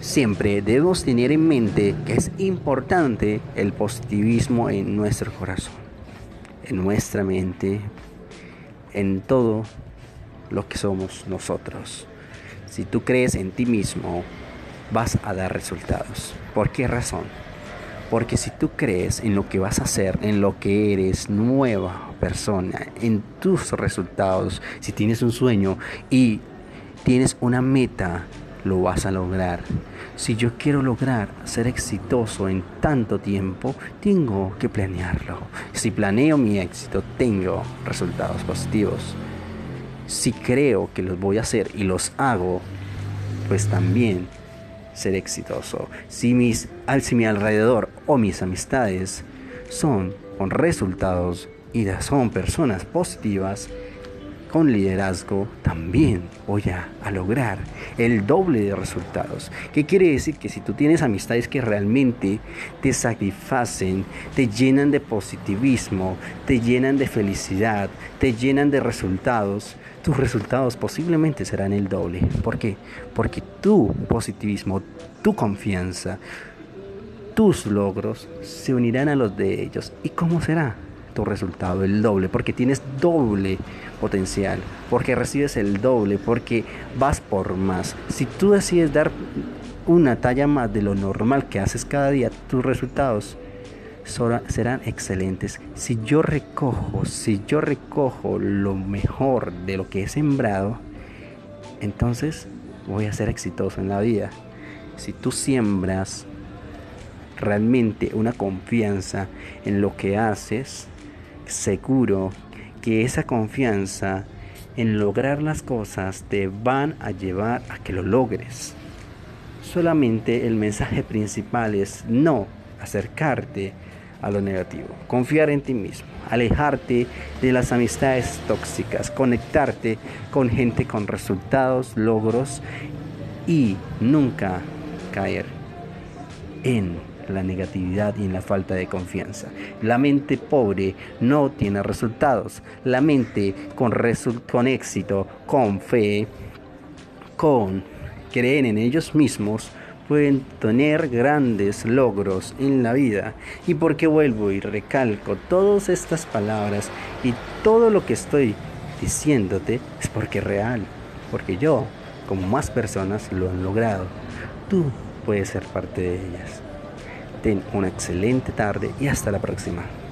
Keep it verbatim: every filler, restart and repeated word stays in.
Siempre debemos tener en mente que es importante el positivismo en nuestro corazón, en nuestra mente, en todo lo que somos nosotros. Si tú crees en ti mismo, vas a dar resultados. ¿Por qué razón? Porque si tú crees en lo que vas a hacer, en lo que eres, nueva persona, en tus resultados, si tienes un sueño y tienes una meta, lo vas a lograr. Si yo quiero lograr ser exitoso en tanto tiempo, tengo que planearlo. Si planeo mi éxito, tengo resultados positivos. Si creo que los voy a hacer y los hago, pues también ser exitoso. Si, mis, si mi alrededor o mis amistades son con resultados y son personas positivas, con liderazgo, también voy a, a lograr el doble de resultados. ¿Qué quiere decir? Que si tú tienes amistades que realmente te satisfacen, te llenan de positivismo, te llenan de felicidad, te llenan de resultados, tus resultados posiblemente serán el doble. ¿Por qué? Porque tu positivismo, tu confianza, tus logros se unirán a los de ellos. ¿Y cómo será tu resultado? El doble, porque tienes doble potencial, porque recibes el doble, porque vas por más. Si tú decides dar una talla más de lo normal que haces cada día, tus resultados serán excelentes. Si yo recojo, si yo recojo lo mejor de lo que he sembrado, entonces voy a ser exitoso en la vida. Si tú siembras realmente una confianza en lo que haces, seguro que esa confianza en lograr las cosas te van a llevar a que lo logres. Solamente el mensaje principal es no acercarte a lo negativo, confiar en ti mismo, alejarte de las amistades tóxicas, conectarte con gente con resultados, logros y nunca caer en la negatividad y en la falta de confianza. La mente pobre no tiene resultados. La mente con, resu- con éxito, con fe, con creer en ellos mismos, pueden tener grandes logros en la vida. ¿Y por qué vuelvo y recalco todas estas palabras y todo lo que estoy diciéndote? Es porque es real, porque yo, como más personas, lo han logrado. Tú puedes ser parte de ellas. Ten una excelente tarde y hasta la próxima.